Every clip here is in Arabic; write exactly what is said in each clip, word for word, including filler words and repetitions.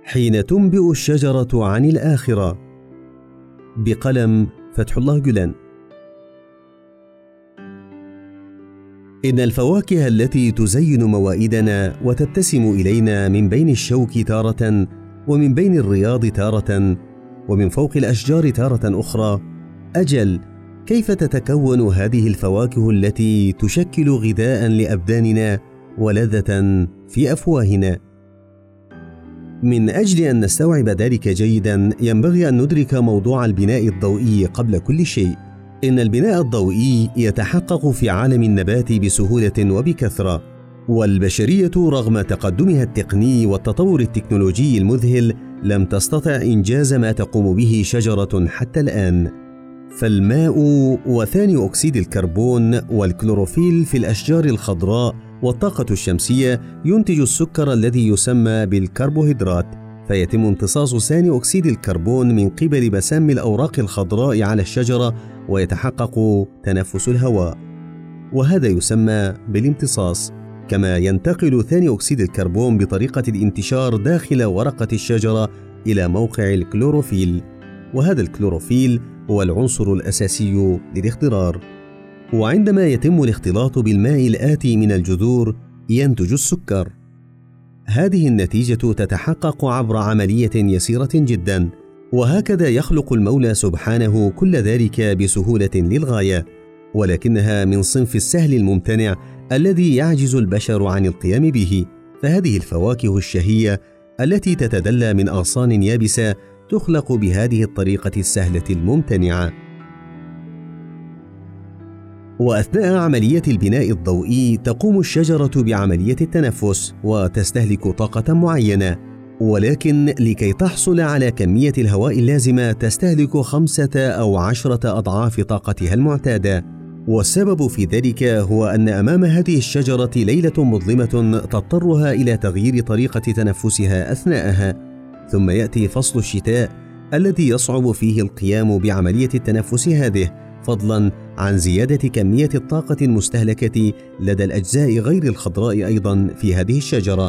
حين تنبئ الشجرة عن الآخرة، بقلم فتح الله جلان. إن الفواكه التي تزين موائدنا وتبتسم إلينا من بين الشوك تارة، ومن بين الرياض تارة، ومن فوق الأشجار تارة أخرى، أجل كيف تتكون هذه الفواكه التي تشكل غذاء لأبداننا ولذة في أفواهنا؟ من أجل أن نستوعب ذلك جيدا ينبغي أن ندرك موضوع البناء الضوئي قبل كل شيء. إن البناء الضوئي يتحقق في عالم النبات بسهولة وبكثرة، والبشرية رغم تقدمها التقني والتطور التكنولوجي المذهل لم تستطع إنجاز ما تقوم به شجرة حتى الآن. فالماء وثاني أكسيد الكربون والكلوروفيل في الأشجار الخضراء والطاقة الشمسية ينتج السكر الذي يسمى بالكربوهيدرات، فيتم امتصاص ثاني أكسيد الكربون من قبل مسام الأوراق الخضراء على الشجرة، ويتحقق تنفس الهواء، وهذا يسمى بالامتصاص. كما ينتقل ثاني أكسيد الكربون بطريقة الانتشار داخل ورقة الشجرة إلى موقع الكلوروفيل، وهذا الكلوروفيل هو العنصر الأساسي للاخضرار. وعندما يتم الاختلاط بالماء الآتي من الجذور ينتج السكر. هذه النتيجة تتحقق عبر عملية يسيرة جدا، وهكذا يخلق المولى سبحانه كل ذلك بسهولة للغاية، ولكنها من صنف السهل الممتنع الذي يعجز البشر عن القيام به. فهذه الفواكه الشهية التي تتدلى من أغصان يابسة تخلق بهذه الطريقة السهلة الممتنعة. وأثناء عملية البناء الضوئي تقوم الشجرة بعملية التنفس وتستهلك طاقة معينة، ولكن لكي تحصل على كمية الهواء اللازمة تستهلك خمسة أو عشرة أضعاف طاقتها المعتادة. والسبب في ذلك هو أن أمام هذه الشجرة ليلة مظلمة تضطرها إلى تغيير طريقة تنفسها أثناءها، ثم يأتي فصل الشتاء الذي يصعب فيه القيام بعملية التنفس هذه، فضلا عن زيادة كمية الطاقة المستهلكة لدى الأجزاء غير الخضراء أيضا في هذه الشجرة.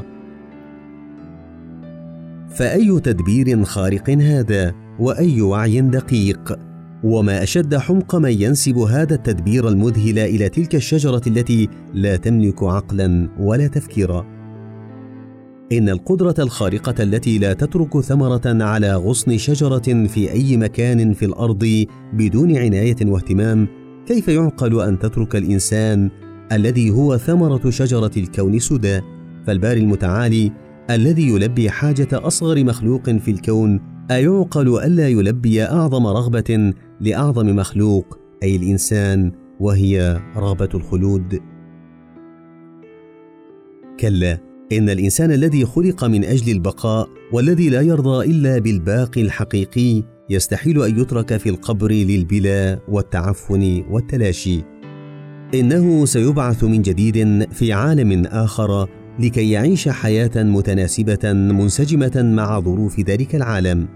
فأي تدبير خارق هذا، وأي وعي دقيق، وما أشد حمق من ينسب هذا التدبير المذهل إلى تلك الشجرة التي لا تملك عقلا ولا تفكيرا. إن القدرة الخارقة التي لا تترك ثمرة على غصن شجرة في أي مكان في الأرض بدون عناية واهتمام، كيف يعقل أن تترك الإنسان الذي هو ثمرة شجرة الكون سدى؟ فالباري المتعالي الذي يلبي حاجة أصغر مخلوق في الكون، أيعقل ألا يلبي أعظم رغبة لأعظم مخلوق، أي الإنسان، وهي رغبة الخلود؟ كلا، إن الإنسان الذي خلق من أجل البقاء والذي لا يرضى إلا بالباقي الحقيقي يستحيل أن يترك في القبر للبلا والتعفن والتلاشي. إنه سيبعث من جديد في عالم آخر لكي يعيش حياة متناسبة منسجمة مع ظروف ذلك العالم.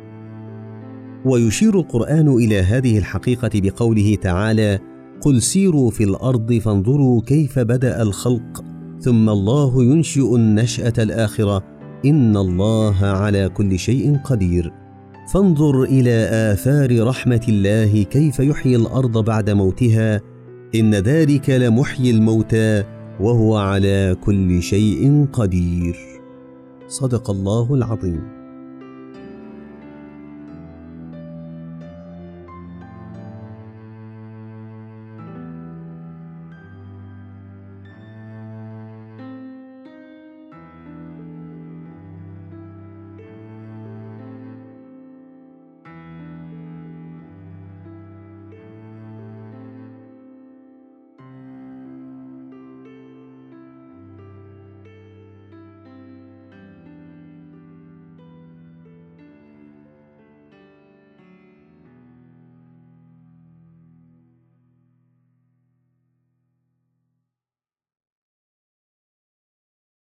ويشير القرآن إلى هذه الحقيقة بقوله تعالى: قل سيروا في الأرض فانظروا كيف بدأ الخلق ثم الله ينشئ النشأة الآخرة إن الله على كل شيء قدير. فانظر إلى آثار رحمة الله كيف يحيي الأرض بعد موتها إن ذلك لمحيي الموتى وهو على كل شيء قدير. صدق الله العظيم.